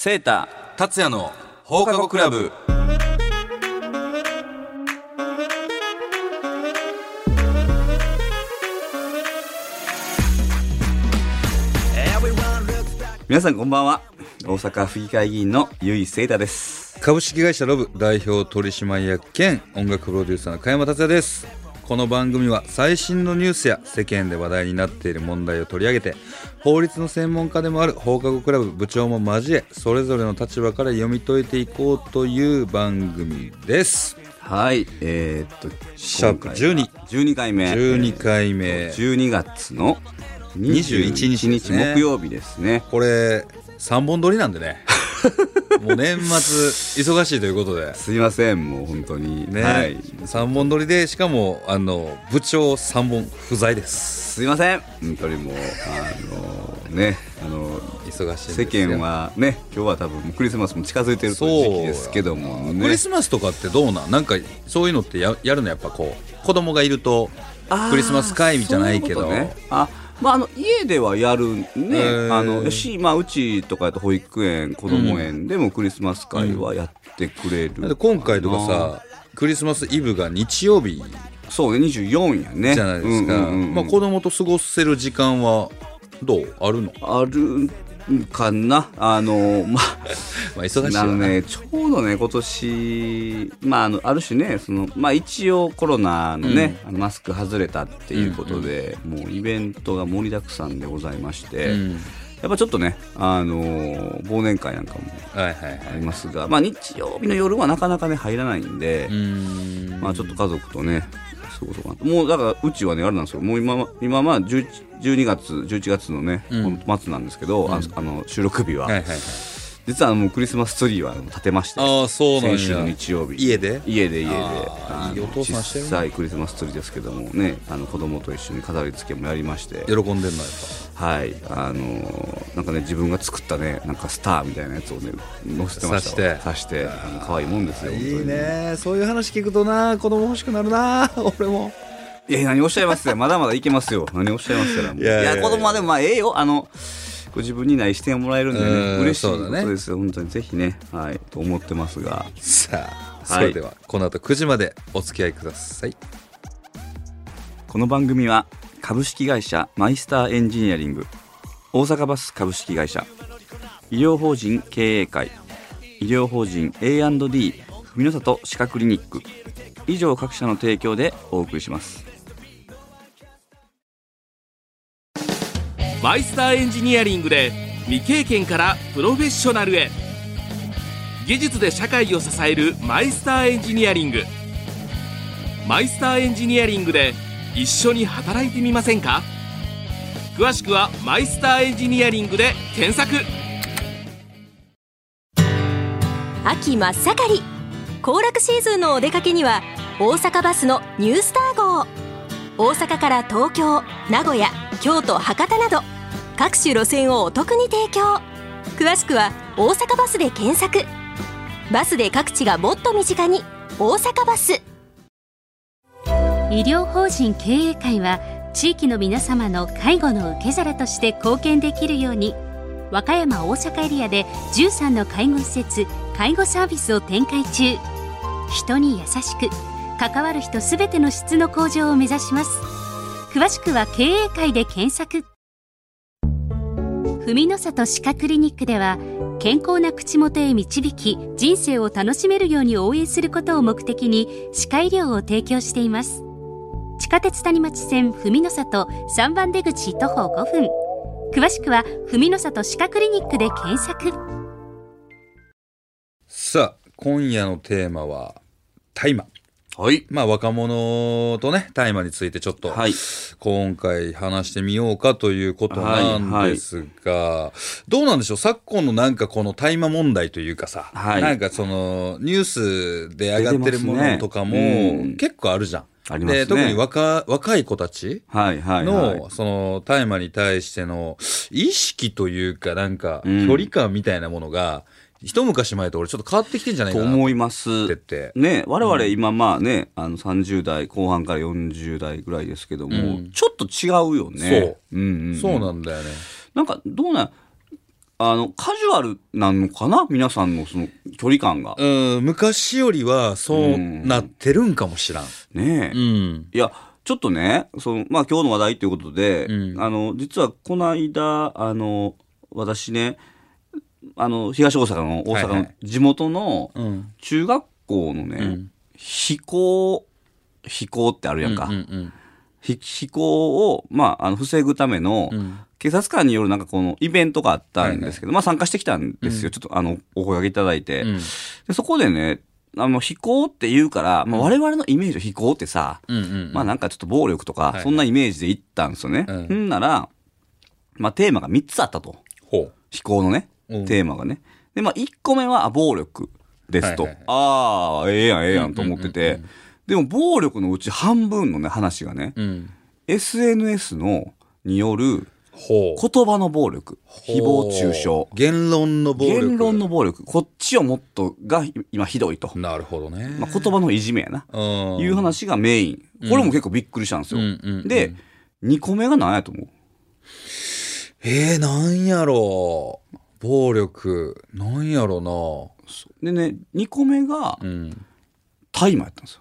セータ達也の放課後クラブ。 皆さんこんばんは。大阪府議会議員の由井セータです。 株式会社ロブ代表取締役兼音楽プロデューサーの加山達也です。この番組は最新のニュースや世間で話題になっている問題を取り上げて、法律の専門家でもある放課後クラブ部長も交え、それぞれの立場から読み解いていこうという番組です。 はい、 シャープ12 回目12月の21日ですね、木曜日ですね。 これ3本撮りなんでねもう年末忙しいということですいません、もう本当にね、 はい、 3本撮りで、しかも部長3本不在です。 すいません、本当にもうね、 忙しいんです世よ。 間はね、今日は多分クリスマスも近づいてるという時期ですけども、ね、 クリスマスとかってどうなんかそういうのってやるの、やっぱこう子供がいるとクリスマス会じゃないけど、 そういうことね。家ではやるね、うちとかやと保育園、子ども園でもクリスマス会はやってくれる、 だって今回とかさ、クリスマスイブが日曜日そうね、24やねじゃないですか。子供と過ごせる時間はどうあるの？ あるかな。 忙しいよね、ちょうどね今年、ある種ね、一応コロナのね、マスク外れたっていうことで、もうイベントが盛りだくさんでございまして、やっぱちょっとね、忘年会なんかもありますが、日曜日の夜はなかなかね入らないんで、ちょっと家族とねそういうことかな。もうだからうちはねあれなんですよ、もう今11月のね、末なんですけど、収録日は、実はもうクリスマスツリーは立てまして、 そうなんや。 先週の日曜日家でいいお父さんしてるね。 小さいクリスマスツリーですけどもね、子供と一緒に飾り付けもやりまして、 喜んでんのやっはい、なんかね、自分が作ったね、なんかスターみたいなやつをね載せてました。刺して可愛いもんですよ。 いいね、そういう話聞くとな、子供欲しくなるな俺も。 何おっしゃいますよまだまだいけますよ。何おっしゃいますから。いや子供はでもよ、ご自分にない視点をもらえるんでね、嬉しいことですよ、本当に。ぜひね、と思ってますが、 さあ、それではこの後9時までお付き合いください。 この番組は株式会社マイスターエンジニアリング、大阪バス株式会社、医療法人経営会、医療法人 A&D 文の里歯科クリニック、以上各社の提供でお送りします。 マイスターエンジニアリングで未経験からプロフェッショナルへ、技術で社会を支えるマイスターエンジニアリング。マイスターエンジニアリングで一緒に働いてみませんか？詳しくはマイスターエンジニアリングで検索。 秋真っ盛り、行楽シーズンのお出かけには大阪バスのニュースター号。大阪から東京、名古屋、京都、博多など各種路線をお得に提供。詳しくは大阪バスで検索。バスで各地がもっと身近に、大阪バス。 医療法人経営会は地域の皆様の介護の受け皿として貢献できるように、和歌山大阪エリアで13の介護施設、介護サービスを展開中。人に優しく関わる人すべての質の向上を目指します。詳しくは経営会で検索。文の里歯科クリニックでは、健康な口元へ導き、人生を楽しめるように応援することを目的に歯科医療を提供しています。地下鉄谷町線文の里3番出口徒歩5分。詳しくは文の里歯科クリニックで検索。 さあ、今夜のテーマは大麻。 はい。 若者とね、大麻についてちょっと、今回話してみようかということなんですが、どうなんでしょう、昨今のなんかこの大麻問題というかさ、なんかそのニュースで上がってるものとかも結構あるじゃん。 ありますね。 で、特に若い子たちのその大麻に対しての意識というか、なんか距離感みたいなものが、一昔前と俺ちょっと変わってきてんじゃないかなと思いますね。我々今30代後半から40代ぐらいですけども、ちょっと違うよね。 そうなんだよね。 なんかどうなんカジュアルなのかな皆さんのその距離感が。 昔よりはそうなってるんかもしらん。 ねえ。いや、ちょっとね、まあ今日の話題ということで、実はこの間、私ね、東大阪の地元の中学校のね、飛行ってあるやんか。飛行を、まあ、防ぐための、警察官によるなんかこのイベントがあったんですけど、まあ参加してきたんですよ。ちょっとお声掛けいただいて。でそこでね、飛行って言うから、まあ、我々のイメージの飛行ってさ、まあなんかちょっと暴力とか、そんなイメージで行ったんですよね。んなら、まあテーマが3つあったと。飛行のね、テーマがね。で、まあ1個目は暴力ですと。ああ、ええやんと思ってて。でも暴力のうち半分のね、話がね、SNS による言葉の暴力、誹謗中傷、 言論の暴力、 こっちをもっとが今ひどいと。 なるほどね。 まあ、言葉のいじめやな。いう話がメイン。これも結構びっくりしたんですよ。で、2個目が何やと思う？ なんやろう。暴力、なんやろな。でね、2個目が、大麻やったんですよ。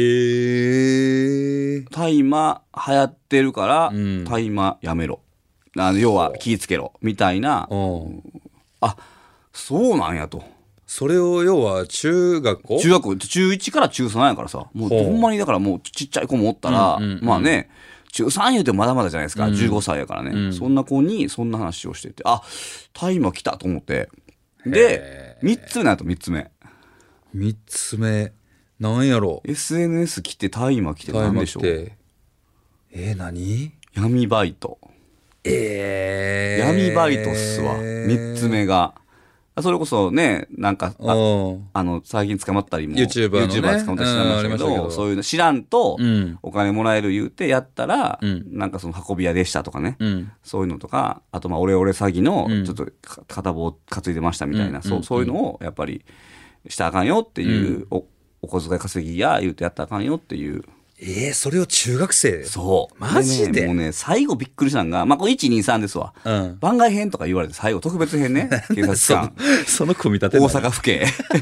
大麻流行ってるから、大麻やめろ。要は気ぃつけろ。みたいな。あ、そうなんやと。 それを要は中学校中1から中3やからさ。もうほんまにだからもうちっちゃい子もおったら、まあね、中3言うてもまだまだじゃないですか。15歳やからね。そんな子にそんな話をしてて、あ、大麻来たと思って。で、3つ目なんやと3つ目。 3つ目。なんやろ SNS 来て大麻来て何でしょう。 何？ 闇バイト。闇バイトっすわ。3つ目が。それこそね、なんか、最近捕まったりも、 YouTuber のね、 捕まったりしてましたけど、そういうの知らんと、お金もらえる言うてやったら、なんかその運び屋でしたとかね、そういうのとか、あとまあ、オレオレ詐欺の、ちょっと片棒担いでましたみたいな、そういうのをやっぱり、したらあかんよっていう、お小遣い稼ぎや言うてやったらあかんよっていう。 それを中学生？ そう。 マジで？ もうね、最後びっくりしたのが、まあ、これ1、2、3ですわ。番外編とか言われて最後特別編ね、警察官。 その組み立て。 大阪府警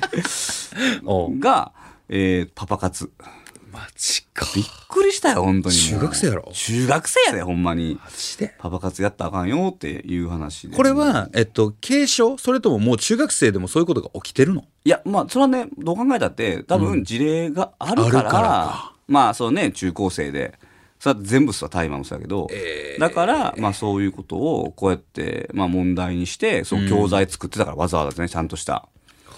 が、パパ活。 マジか。 びっくりしたよ、本当に。 中学生やろ？ 中学生やで、ほんまに。 マジで？ パパ活やったらあかんよっていう話で。 これは、軽症？それとももう中学生でもそういうことが起きてるの？いや、まあ、それはね、どう考えたって、多分事例があるから、まあ、そうね、中高生で。それは全部さ、大麻もそうやけど、だから、まあそういうことをこうやって、まあ問題にして、そう教材作ってたから、わざわざね、ちゃんとした。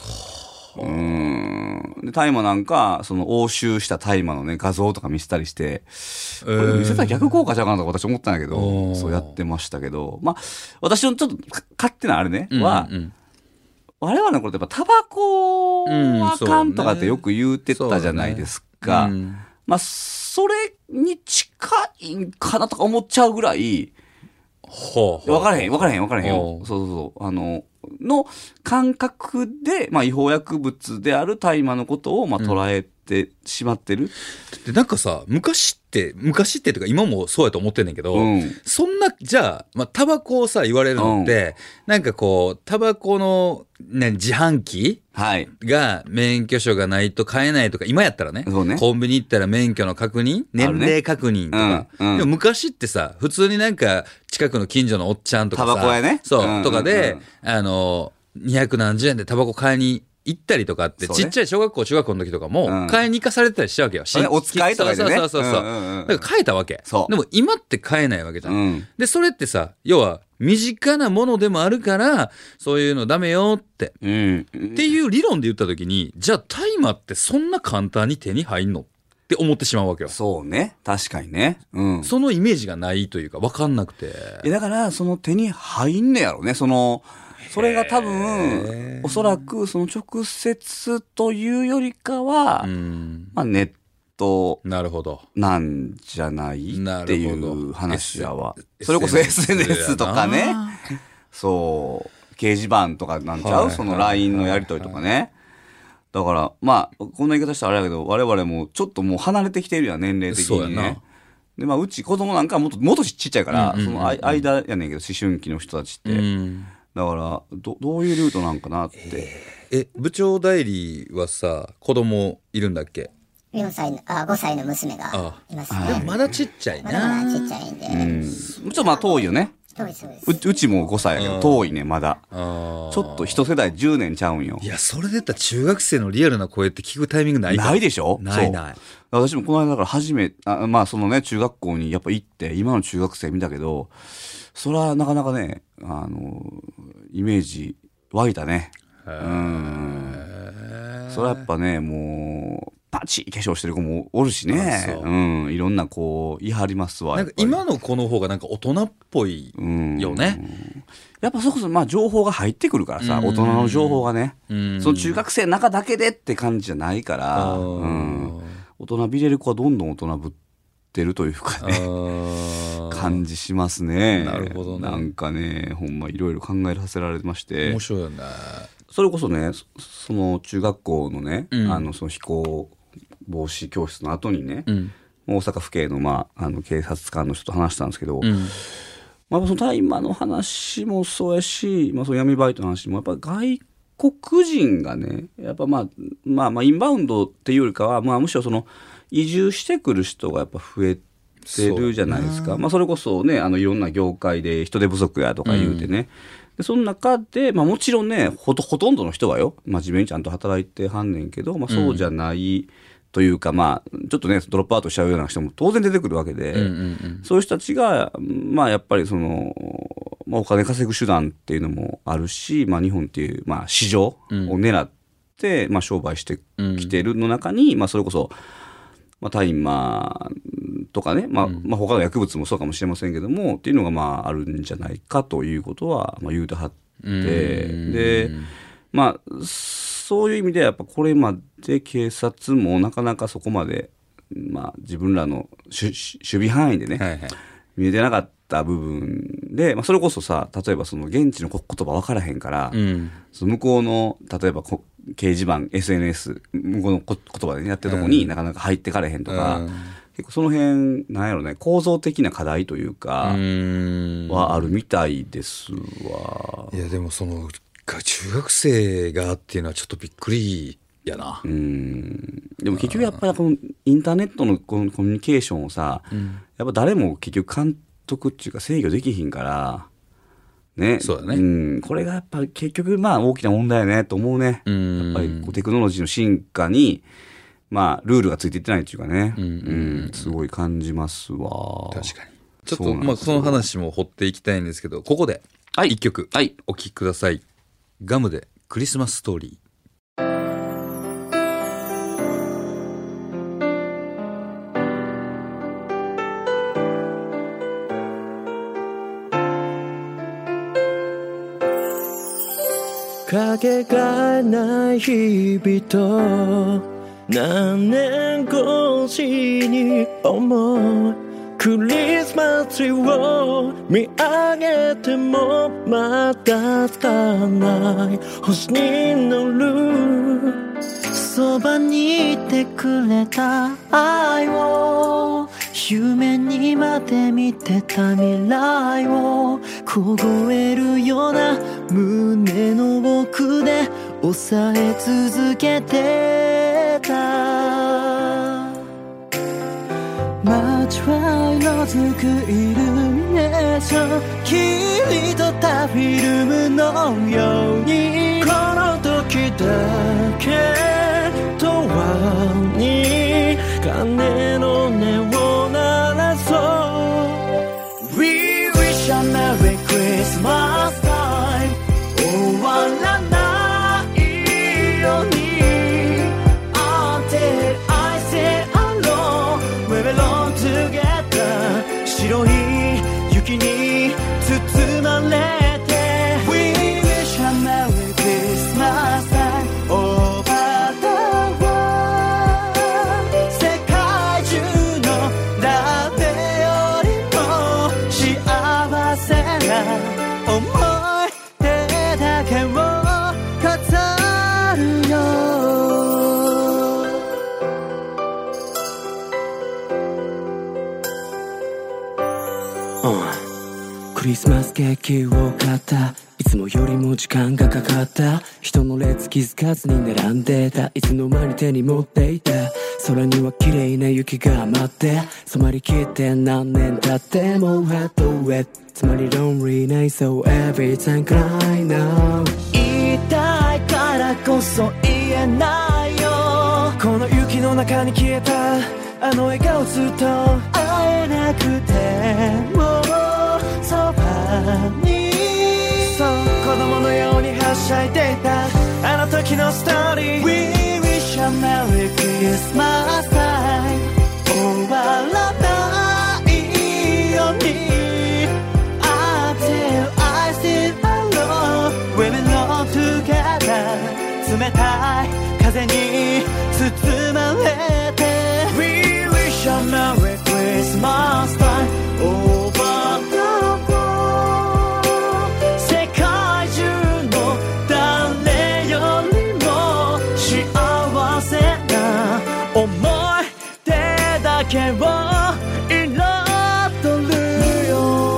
で、大麻なんか、その押収した大麻のね、画像とか見せたりして、これ見せたら逆効果ちゃうかなとか私思ったんだけど、そうやってましたけど、まあ、私のちょっと勝手なあれね、は、我々の頃ってやっぱタバコはあかんとかってよく言うてたじゃないですか。まあ、それに近いんかなとか思っちゃうぐらい、わからへんよ。そうの感覚で、まあ違法薬物である大麻のことを、まあ捉えてしまってる。 で、なんかさ、昔ってとか今もそうやと思ってんねんけど、そんな、じゃあ、まあタバコをさ、言われるのって、なんかこう、タバコの、自販機が免許証がないと買えないとか、今やったらね、コンビニ行ったら免許の確認、年齢確認とか、でも昔ってさ、普通になんか近くの近所のおっちゃんとかさ、 タバコやね。 そう、とかで、200何十円でタバコ買いに行ったりとかって、ちっちゃい小学校、中学校の時とかも、買いに行かされてたりしたわけよ。 お使いとかでね。 そう。だから買えたわけ。でも今って買えないわけじゃん。で、それってさ、要は、身近なものでもあるから、そういうのダメよって。っていう理論で言った時に、じゃあ大麻ってそんな簡単に手に入んのって思ってしまうわけよ。 そうね。確かにね。 そのイメージがないというか、分かんなくて。 だから、その手に入んねやろね。それが多分、おそらくその直接というよりかは、まあネットなんじゃないっていう話やわ。それこそ SNS とかね。そう。掲示板とかなんちゃう？その LINE のやりとりとかね。だから、まあ、こんな言い方したらあれやけど、我々もちょっともう離れてきてるやん、年齢的にね。で、まあ、うち子供なんかもっとちっちゃいから、その間やねんけど、思春期の人たちって。 だからどういうルートなんかなって、 部長代理はさ子供いるんだっけ 5歳の娘がいますね。 でもまだちっちゃいな。 まだちっちゃいんで。 ちょっとまあ遠いよね。 そうです。 うちも5歳やけど遠いねまだ。ちょっと一世代10年ちゃうんよ。 いやそれで言ったら中学生のリアルな声って聞くタイミングないかないでしょ。 ない。 私もこの間だから初めまあそのね中学校にやっぱ行って今の中学生見たけど、それはなかなかねイメージ湧いたね。それはやっぱねもうパチッ化粧してる子もおるしね、いろんなこう言い張りますわ。 なんか今の子の方がなんか大人っぽいよね。 やっぱそこそまあ情報が入ってくるからさ、大人の情報がね、その中学生の中だけでって感じじゃないから、大人びれる子はどんどん大人ぶってるというかね感じしますね。 なるほどね。 なんかねほんまいろいろ考えさせられてまして、 面白いよね。 それこそねその中学校のね、その非行防止教室の後にね、大阪府警の、警察官の人と話したんですけど、その大麻の話もそうやし、その闇バイトの話もやっぱ外国人がねやっぱインバウンドっていうよりかは、むしろその移住してくる人がやっぱ増えてるじゃないですか。それこそねいろんな業界で人手不足やとか言うてね、でその中で、もちろんねほとんどの人はよ、真面目にちゃんと働いてはんねんけど、そうじゃないというか、ちょっとねドロップアウトしちゃうような人も当然出てくるわけで、そういう人たちがやっぱりその、お金稼ぐ手段っていうのもあるし、日本っていう、市場を狙って、商売してきてるの中に、それこそ、大麻とかね、他の薬物もそうかもしれませんけどもっていうのがあるんじゃないかということは言うてはって、でそういう意味ではやっぱこれまで警察もなかなかそこまで、自分らの守備範囲でね、見えてなかった部分で、それこそさ例えばその現地の言葉分からへんから、その向こうの例えば掲示板 SNS 向こうの言葉で、ね、やってるとこになかなか入ってかれへんとか、結構その辺なんやろね構造的な課題というかはあるみたいですわ。いやでもその中学生がっていうのはちょっとびっくりやな。 でも結局やっぱりこのインターネットのこのコミュニケーションをさ、やっぱ誰も結局監督っていうか制御できひんからね。 そうだね。 これがやっぱり結局大きな問題やねと思うね。やっぱりテクノロジーの進化にルールがついていってないっていうかね、すごい感じますわ。 確かに。ちょっとその話も掘っていきたいんですけど、ここで一曲お聴きください。ガムでクリスマスストーリー。 かけがえない日々と何年越しに思うクリスマスツリーを見上げてもまだつかない星に乗るそばにいてくれた愛を夢にまで見てた未来を凍えるような胸の奥で抑え続けてた街は色づくイルミネーション霧とったフィルムのようにこの時だけ永遠に鐘の音を鳴らそう We wish a Merry Christmas time 終わらないように Until I say hello We belong together 白い雪に包まれて We wish a Merry Christmas time over思い出だけを飾るよクリスマスケーキを買ったいつもよりも時間がかかった。人の列気づかずに並んでた。いつの間に手に持っていた。空には綺麗な雪が舞って染まりきって何年経ってもヘッドウェット。つまり lonely night so every time cry now。 言いたいからこそ言えないよ。この雪の中に消えたあの笑顔ずっと会えなくてもそばに、そう子供のようにはしゃいでいたあの時のストーリー。 We wish a Merry Christmas time。 終わらないように Until I sit alone We belong together。 冷たい風に包まれて We wish a Merry Christmas time over the world。 世界中の誰よりも幸せな思い出だけを彩るよ。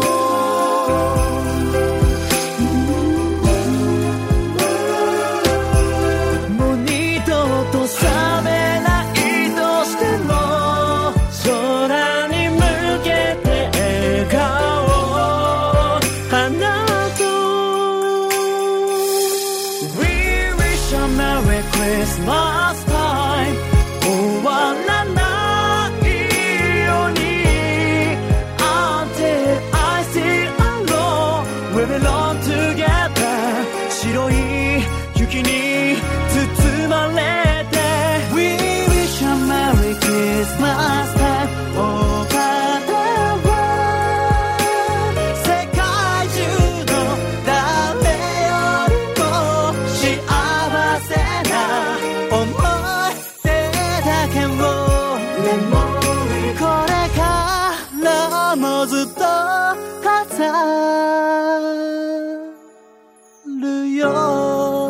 もう二度と覚めないとしても空に向けて笑顔を放とう。 We wish a Merry Christmas time。 終わらないように Until I see alone We belong together。 白い雪に包まれて We wish a Merry Christmas time over the world。 世界中の誰よりも幸せな思い出だけをこれからもずっと飾るよ。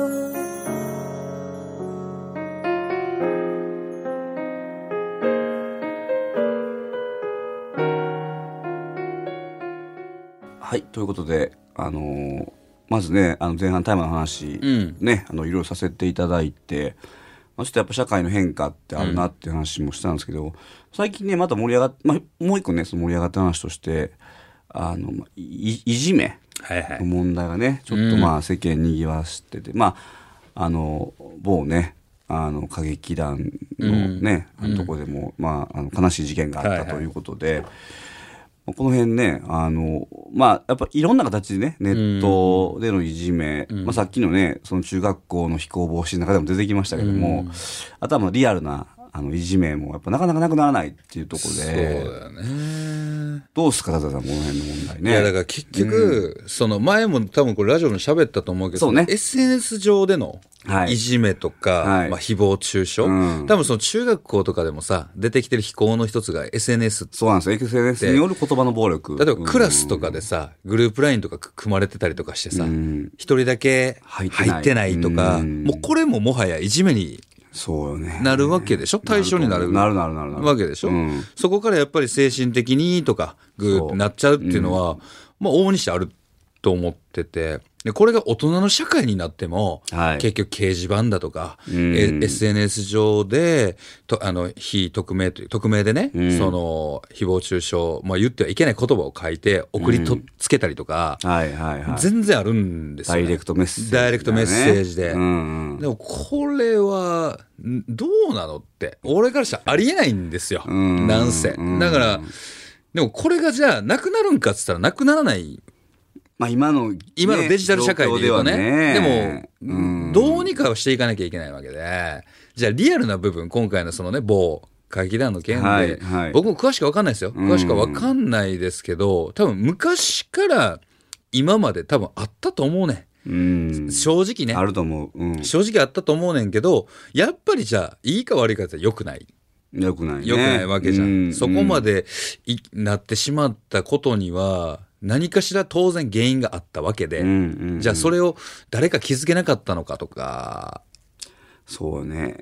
はい、ということで、まずね前半タイムの話、ねいろいろさせていただいて、ちょっとやっぱ社会の変化ってあるなっていう話もしたんですけど、最近ねまた盛り上がって、もう一個ねその盛り上がった話としていじめの問題がねちょっと世間にぎわしてて、某ね歌劇団のね、とこでも、悲しい事件があったということで、この辺ねやっぱいろんな形でねネットでのいじめ、さっきのねその中学校の非行防止の中でも出てきましたけども、あとはリアルないじめもやっぱなかなかなくならないっていうところで、 そうだよね。 どうすか田田さんこの辺の問題ね。 いやだから結局、その前も多分これラジオに喋ったと思うけど、 そうね、 SNS 上でのいじめとか、誹謗中傷、多分その中学校とかでもさ出てきてる非行の一つが SNS。 そうなんですよ、 SNS による言葉の暴力。 例えばクラスとかでさ、グループラインとか組まれてたりとかしてさ、一人だけ入ってないとか、もうこれももはやいじめにそうよね、 なるわけでしょ。対象になるわけでしょ、そこからやっぱり精神的にとかグーってなっちゃうっていうのは、往々にしてあると思ってて、でこれが大人の社会になっても、結局掲示板だとか、SNS 上で非匿名という匿名でね、その誹謗中傷、言ってはいけない言葉を書いて送りつけたりとか、全然あるんですよ、ね、ダイレクトメッセージで、でもこれはどうなのって俺からしたらありえないんですよ、なんせ。だからでもこれがじゃあなくなるんかっつったらなくならない。 今のデジタル社会でいうとね、でも、どうにかをしていかなきゃいけないわけで、じゃあリアルな部分、今回のそのね、某歌劇団の件で、僕も詳しく分かんないですよ。詳しくは分かんないですけど、多分昔から今まで多分あったと思うね。正直ね。 あると思う。 正直あったと思うねんけど、やっぱりじゃあ、いいか悪いかって良くない。 良くないね。 良くないわけじゃん。そこまでなってしまったことには、何かしら当然原因があったわけで、じゃあそれを誰か気づけなかったのかとか。 そうね。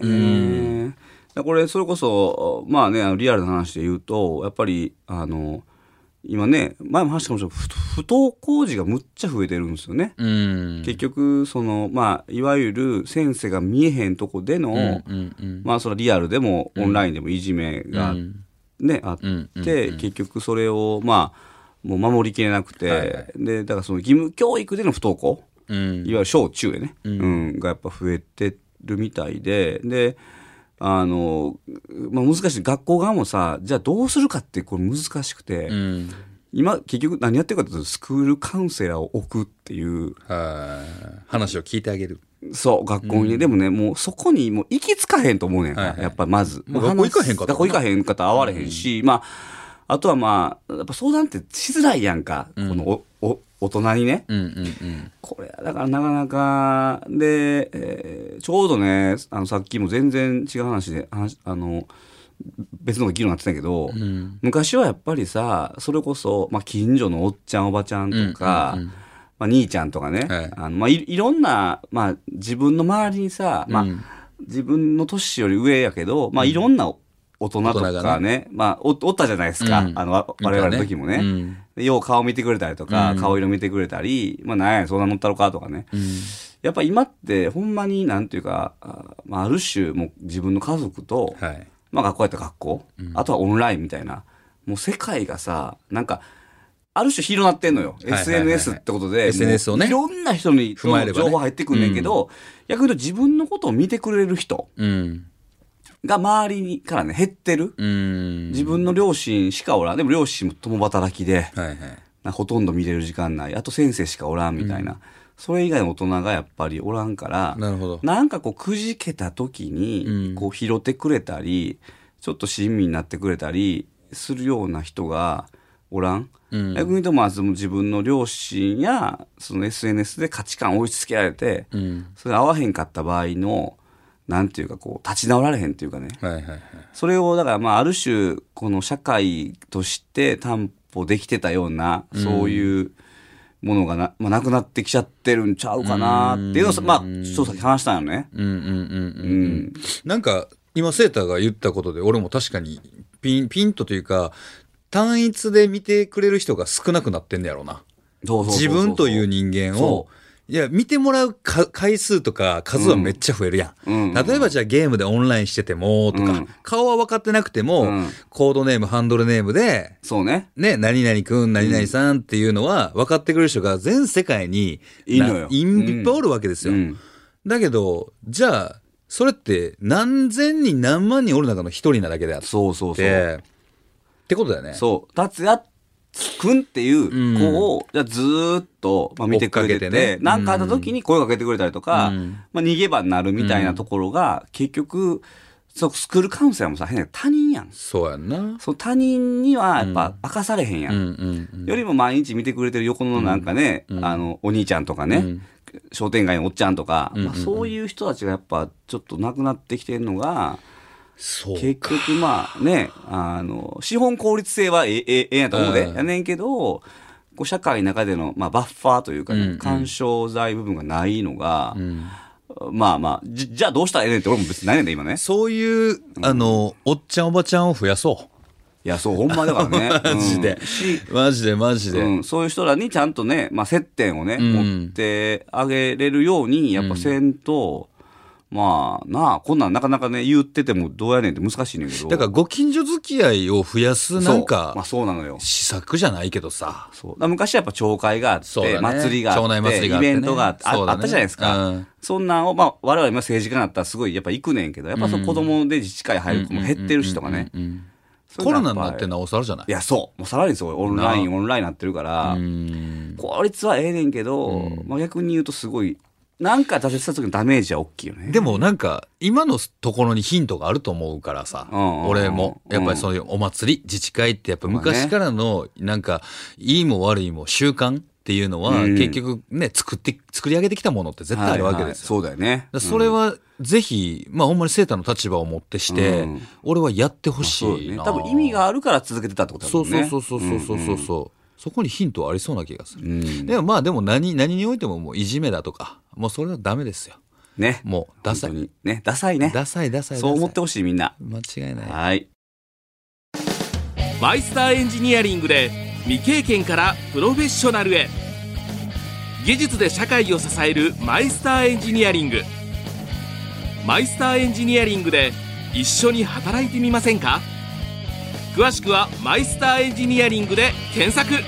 これそれこそリアルな話で言うとやっぱり今ね前も話したかもしれない不登校児がむっちゃ増えてるんですよね。結局そのいわゆる先生が見えへんとこでの、それはリアルでもオンラインでもいじめがね、あって、結局それをもう守りきれなくて、でだからその義務教育での不登校、いわゆる小中でね、がやっぱ増えてるみたいで、難しい。学校側もさ、じゃあどうするかってこれ難しくて、今結局何やってるかというとスクールカウンセラーを置くっていう話を聞いてあげる。 そう学校にね、でもねもうそこにもう行き着かへんと思うねんか、やっぱまず学校行かへんかった学校行かへんかったら会われへんし、あとはやっぱ相談ってしづらいやんか、この大人にね、これだからなかなかで、ちょうどねさっきも全然違う話で別の議論になってたけど、昔はやっぱりさそれこそ、近所のおっちゃんおばちゃんとか、兄ちゃんとかね、いろんな、自分の周りにさ、自分の年より上やけど、いろんな大人とかね、おったじゃないですか、我々の時もね、よう顔見てくれたりとか、顔色見てくれたり、なんやそんな乗ったろかとかね、やっぱ今ってほんまになんていうか、ある種もう自分の家族と、学校やったら学校、あとはオンラインみたいな、もう世界がさなんかある種広なってんのよ、SNS ってことで、 SNS をねいろんな人に情報入ってくんねんけど、逆に言うと自分のことを見てくれる人が周りにからね減ってる、自分の両親しかおらん、でも両親も共働きで、ほとんど見れる時間ない、あと先生しかおらんみたいな、それ以外の大人がやっぱりおらんから、なんかこうくじけた時にこう拾ってくれたり、ちょっと親身になってくれたりするような人がおらん。逆に言うと自分の両親やその SNS で価値観を押し付けられて、それ合わへんかった場合のなんていうかこう立ち直られへんっていうかね、それをだからある種この社会として担保できてたような、そういうものがなくなってきちゃってるんちゃうかなっていうのをちょっとさっき話したんよね。 なんか今セーターが言ったことで俺も確かにピンとというか、単一で見てくれる人が少なくなってんねやろうな。自分という人間をいや見てもらう回数とか数はめっちゃ増えるやん、例えばじゃあゲームでオンラインしててもとか、顔は分かってなくても、コードネームハンドルネームでそうね何々くん何々さんっていうのは分かってくれる人が全世界にいっぱいおるわけですよ、だけどじゃあそれって何千人何万人おる中の一人なだけであって、ってことだよね。 そう達也くんっていう子を、じゃあずーっと、見てくれてて、何かあった時に声かけてくれたりとか、逃げ場になるみたいなところが、結局スクールカウンセラーもさ変な他人やん。 そうやんな。 その他人にはやっぱ明かされへんやん、よりも毎日見てくれてる横のなんかね、お兄ちゃんとかね、商店街のおっちゃんとか、そういう人たちがやっぱちょっとなくなってきてるのが、結局資本効率性はええやと思うで、やねんけどこう社会の中での、バッファーというか、干渉剤部分がないのが、じゃあどうしたらええねんって俺も別にないねんで今ね。 そういうおっちゃんおばちゃんを増やそう。 いやそうほんまだからねマジで、 そういう人らにちゃんとね、接点をね、持ってあげれるようにやっぱせんと、こんなんなかなかね言っててもどうやねんって難しいねんけど、 だからご近所付き合いを増やすなんかそうなのよ、 施策じゃないけどさ、 昔はやっぱ町会があって、祭りがあって、イベントがあったじゃないですか、そんなんを我々今政治家になったらすごいやっぱ行くねんけど、やっぱその子供で自治会入る子も減ってるしとかね、 コロナになってなおさらじゃない。 いやもうさらにすごいオンラインなってるから効率はええねんけど、逆に言うとすごいなんか挫折した時のダメージは大きいよね。 でもなんか今のところにヒントがあると思うからさ、俺もやっぱりそういうお祭り自治会ってやっぱ昔からのなんかいいも悪いも習慣っていうのは結局ね作り上げてきたものって絶対あるわけですよ。 そうだよね。 それはぜひほんまにセーターの立場を持ってして俺はやってほしいな。 多分意味があるから続けてたってことだもんね。 そうそこにヒントはありそうな気がする。でも何においてももういじめだとかもうそれはダメですよね。 もうダサいね、ダサいね、 ダサいそう思ってほしいみんな。 間違いない。 はい。 マイスターエンジニアリングで未経験からプロフェッショナルへ。技術で社会を支えるマイスターエンジニアリング。マイスターエンジニアリングで一緒に働いてみませんか？詳しくはマイスターエンジニアリングで検索。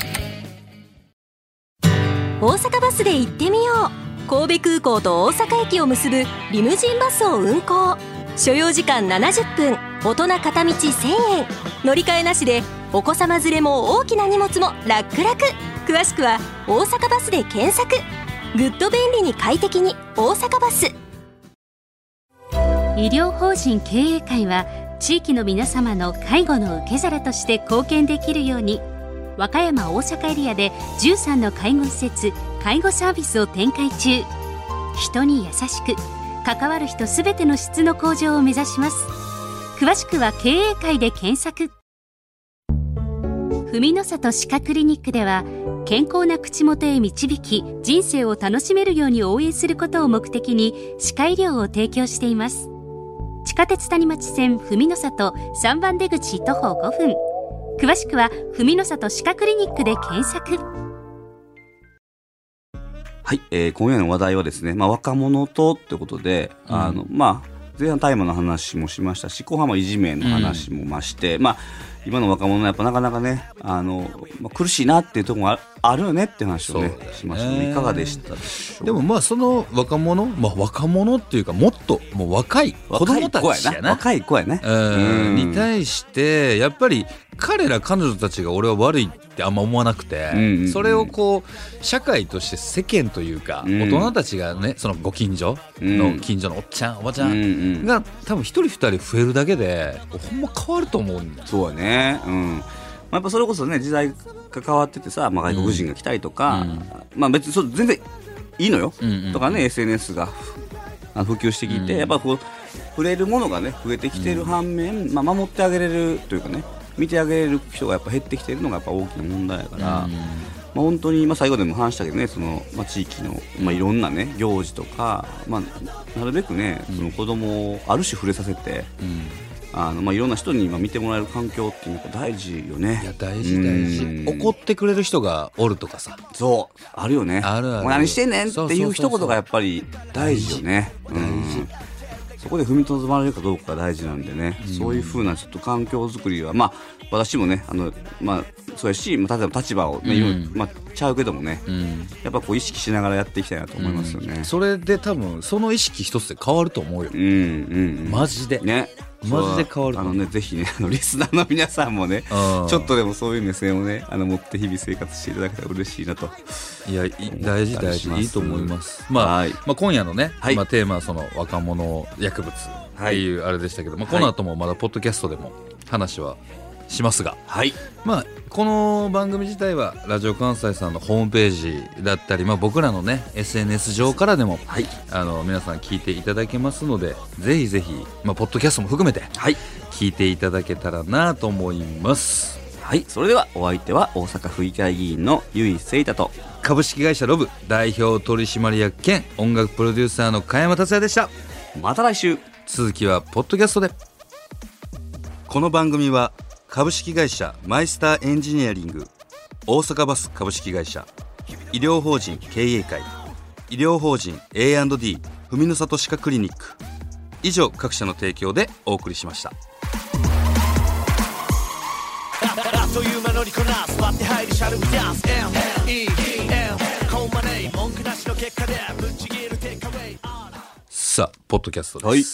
大阪バスで行ってみよう。神戸空港と大阪駅を結ぶリムジンバスを運行。所要時間70分、大人片道1000円。乗り換えなしでお子様連れも大きな荷物も楽々。詳しくは大阪バスで検索。グッド便利に快適に大阪バス。 医療法人経営会は地域の皆様の介護の受け皿として貢献できるように、和歌山大阪エリアで13の介護施設、介護サービスを展開中。人に優しく関わる人すべての質の向上を目指します。詳しくは経営会で検索。文の里歯科クリニックでは、健康な口元へ導き人生を楽しめるように応援することを目的に歯科医療を提供しています。地下鉄谷町線文の里3番出口徒歩5分。詳しくは文の里歯科クリニックで検索。 はい、今夜の話題はですね、若者とってことで、前半大麻の話もしましたし、後半はいじめの話もして、今の若者はやっぱなかなかね、苦しいなっていうところもあるよねっていう話をね、しましたね。いかがでしたでしょう。 でもその若者、若者っていうかもっともう若い子供たちやな、 若い子やね、 に対してやっぱり彼女たちが俺は悪いってあんま思わなくて、それをこう社会として世間というか、大人たちがね、そのご近所の近所のおっちゃんおばちゃんが多分一人二人増えるだけでほんま変わると思うんだよ。 そうやね、やっぱそれこそね、時代が変わっててさ、外国人が来たりとか、別にそれ全然いいのよ、とかね、SNS が普及してきて、やっぱこう触れるものがね増えてきてる反面、守ってあげれるというかね、見てあげれる人がやっぱ減ってきてるのがやっぱ大きな問題やから、本当に最後でも話したけどね、その地域のいろんなね行事とか、なるべくねその子供をある種触れさせて、いろんな人に見てもらえる環境っていうのが大事よね。 いや大事怒ってくれる人がおるとかさ、 そうあるよね。 あるある。 もう何してんねんっていう一言がやっぱり大事よね。そこで踏みとどまれるかどうかが大事なんでね、そういう風なちょっと環境づくりは私もねそうやし、例えば立場をね、ちゃうけどもね、やっぱこう意識しながらやっていきたいなと思いますよね。 それで多分その意識一つで変わると思うよ。マジでね、マジで変わる。 ぜひね、リスナーの皆さんもね、ちょっとでもそういう目線をね持って日々生活していただけたら嬉しいなと。 いや、大事いいと思います。今夜のね、テーマはその若者薬物っていうあれでしたけど、この後もまだポッドキャストでも話はしますが、この番組自体はラジオ関西さんのホームページだったり、僕らのね SNS 上からでも、皆さん聞いていただけますので、ぜひぜひ、ポッドキャストも含めて、聞いていただけたらなと思います。 それではお相手は大阪府議会議員の由井聖太と株式会社ロブ代表取締役兼音楽プロデューサーの加山達也でした。 また来週。 続きはポッドキャストで。この番組は株式会社マイスターエンジニアリング、大阪バス株式会社、医療法人経営会、医療法人 A&D 文の里歯科クリニック、以上各社の提供でお送りしました。あっという間乗りこなす割って入りシャルビダンス MEM コンマネイ文句なしの結果でぶっちぎるテイクアウェイ。さあポッドキャストです、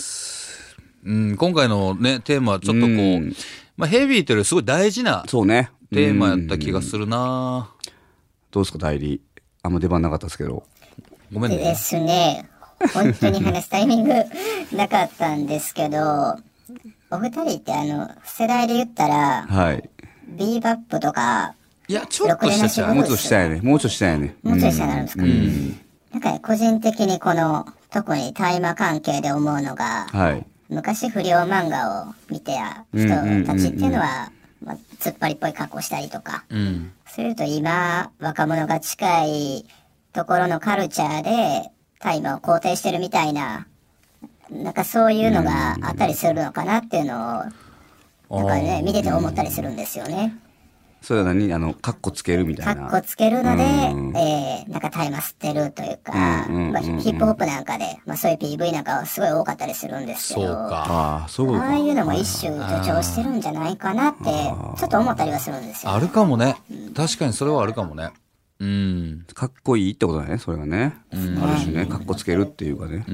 今回のねテーマはちょっとこう、ヘビーというよりすごい大事なテーマやった気がするな。 どうですか代理、あんま出番なかったですけど。 ごめんね。 ですね、本当に話すタイミングなかったんですけど、お二人って世代で言ったら、ビーバップとか、 いやちょっとしたもうちょっとしたやね。もうちょっとしたやね。 もうちょっとしたなんですか。なんか個人的にこの特に大麻関係で思うのが、昔不良漫画を見てや人たちっていうのは、突っ張りっぽい格好したりとか、すると今若者が近いところのカルチャーで大麻を肯定してるみたいな、なんかそういうのがあったりするのかなっていうのをなんかね見てて思ったりするんですよね。 それは何カッコつけるみたいな。 カッコつけるので、なんか大麻吸ってるというか、まあ、ヒップホップなんかで、まあそういう PV なんかはすごい多かったりするんですけど、 ああいうのも一種助長してるんじゃないかなって、ちょっと思ったりはするんですよ。 あるかもね。確かにそれはあるかもね。 かっこいいってことだね、それがね。ある種ね、かっこつけるっていうかね。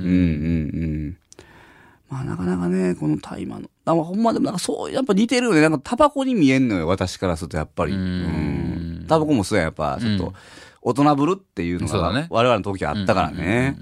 まあなかなかね、この大麻の。ほんまでもなんかそう、やっぱ似てるよね。なんかタバコに見えんのよ、私からするとやっぱり。タバコもそうや、やっぱ、ちょっと、大人ぶるっていうのが、我々の時はあったからね。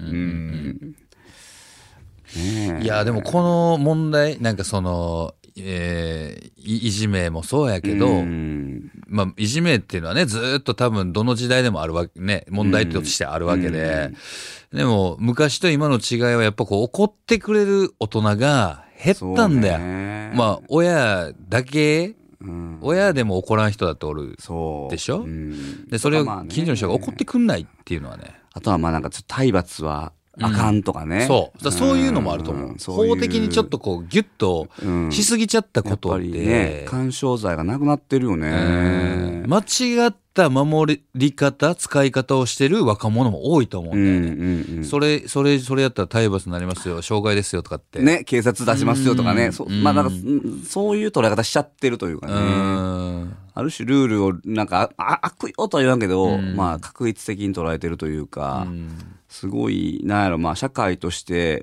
いや、でもこの問題、なんかその、いじめもそうやけど、まあ、いじめっていうのはね、ずっと多分どの時代でもあるわけね、問題としてあるわけで、でも昔と今の違いはやっぱこう怒ってくれる大人が減ったんだよ。まあ、親だけ、親でも怒らん人だっておるでしょ、で、それを近所の人が怒ってくんないっていうのはね。 あとはまあなんかちょっと体罰は、あかんとかね。 そういうのもあると思う。法的にちょっとこうギュッとしすぎちゃったことで、 ね、干渉剤がなくなってるよね。 間違った守り方、使い方をしてる若者も多いと思うんだよね。それやったら体罰になりますよ、傷害ですよとかって。 ね、警察出しますよとかね。まあなんかそういう捉え方しちゃってるというかね。ある種ルールをなんか悪用とは言わんけど、まあ確一的に捉えてるというか。すごい、なんやろ、まあ、社会として、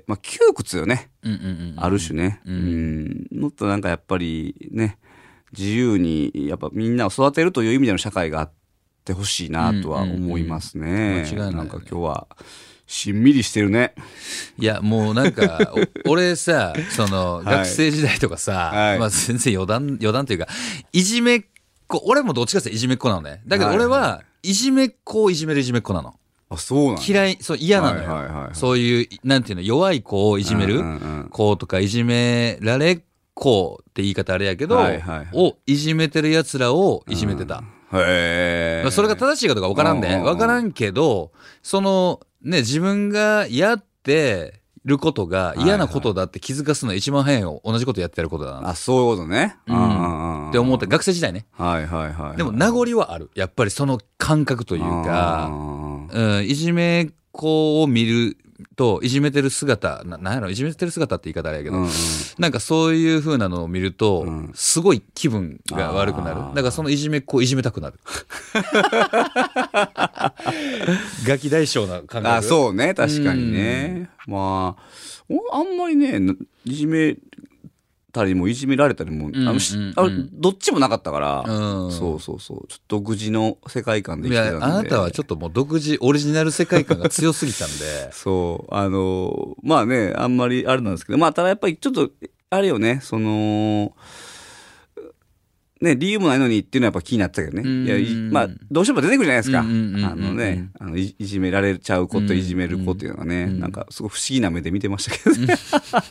まあ、窮屈よね。ある種ね。もっとなんかやっぱりね、自由に、やっぱみんなを育てるという意味での社会があってほしいなとは思いますね。間違いない。なんか今日は、しんみりしてるね。 いや、もうなんか、俺さ、その、学生時代とかさ、まあ全然余談というか、いじめっ子、俺もどっちかっていじめっ子なのね。だけど俺は、いじめっ子をいじめるいじめっ子なの。 そうなん嫌い、嫌なのよ。そういう、なんていうの、弱い子をいじめる子とか、いじめられっ子って言い方あれやけど、をいじめてる奴らをいじめてた。それが正しいかどうか分からんで、分からんけど、その、ね、自分がやってることが嫌なことだって気づかすのは一番早いよ。同じことやってることだな。 そういうことね。 って思って、学生時代ね。でも名残はある。やっぱりその感覚というか、いじめっ子を見ると、いじめてる姿、なんやろ、いじめてる姿って言い方あれやけど、なんかそういう風なのを見ると、すごい気分が悪くなる。だからそのいじめっ子をいじめたくなる。ガキ大将な感覚。 そうね、確かにね。まあ、あんまりね、いじめたりもいじめられたりも、どっちもなかったから、そう、ちょっと独自の世界観で生きてたんで。 いや、あなたはちょっともう独自、オリジナル世界観が強すぎたんで。 そう、まあね、あんまりあれなんですけど、まあ、ただやっぱりちょっと、あれよね、その、ね、理由もないのにっていうのはやっぱ気になってたけどね。いや、まあ、どうしても出てくるじゃないですか。いじめられちゃう子といじめる子っていうのがね、なんかすごい不思議な目で見てましたけどね。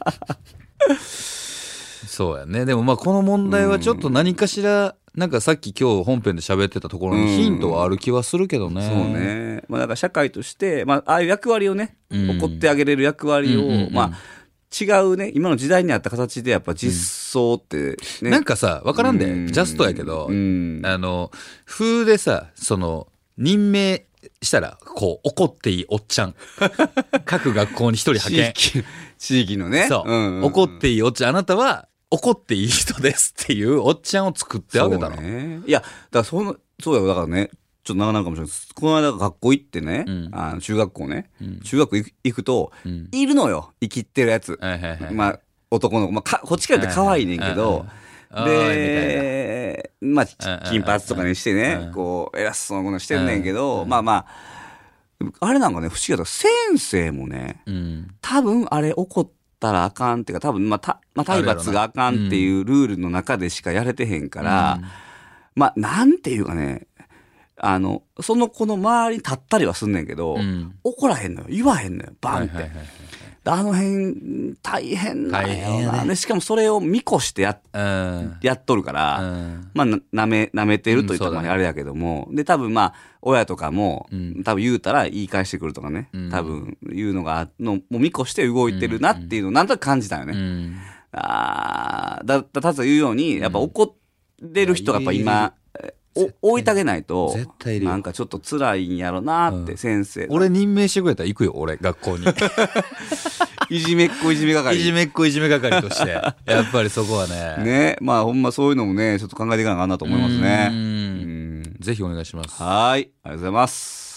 そうやね。でもまあこの問題はちょっと何かしら、なんかさっき今日本編で喋ってたところにヒントはある気はするけどね。 そうね。まあだから社会として、まあああいう役割をね、怒ってあげれる役割を、まあ違うね、今の時代にあった形でやっぱ実装ってね。 なんかさ、わからんで、ジャストやけど、風でさ、その、任命したら、こう、怒っていいおっちゃん。各学校に一人派遣。 地域のね。 そう。怒っていいおっちゃん。あなたは、怒っていい人ですっていうおっちゃんを作ってあげたの。 いや、だからそうだよ。だからね、ちょっと長々かもしれないです。この間学校行ってね、中学校ね、中学校行くと、いるのよ。生きってるやつ。まあ、男の子。まあ、こっちから言って可愛いねんけど、で、まあ、金髪とかにしてね、こう、偉そうなことしてんねんけど、まあまあ、あれなんかね、不思議だった。先生もね、多分あれ怒ったらあかんっていうか、多分、まあ、体罰があかんっていうルールの中でしかやれてへんから、まあ、なんていうかね、その子の周りに立ったりはすんねんけど、怒らへんのよ。言わへんのよ。バンって。あの辺、大変なんよな。でしかもそれを見越してやっとるから、まあ、舐めてるといったらあれやけども、で、多分まあ、親とかも、多分言うたら言い返してくるとかね、多分言うのが、もう見越して動いてるなっていうのをなんとなく感じたよね。ただ言うように、やっぱ怒ってる人がやっぱ今、 置いてあげないと絶対いるよなんかちょっと辛いんやろなって先生、 俺任命してくれたら行くよ俺学校にいじめっ子いじめ係いじめっ子いじめ係としてやっぱりそこはねね、まあほんまそういうのもねちょっと考えていかなあかんなと思いますね。 ぜひお願いします。 はい、ありがとうございます。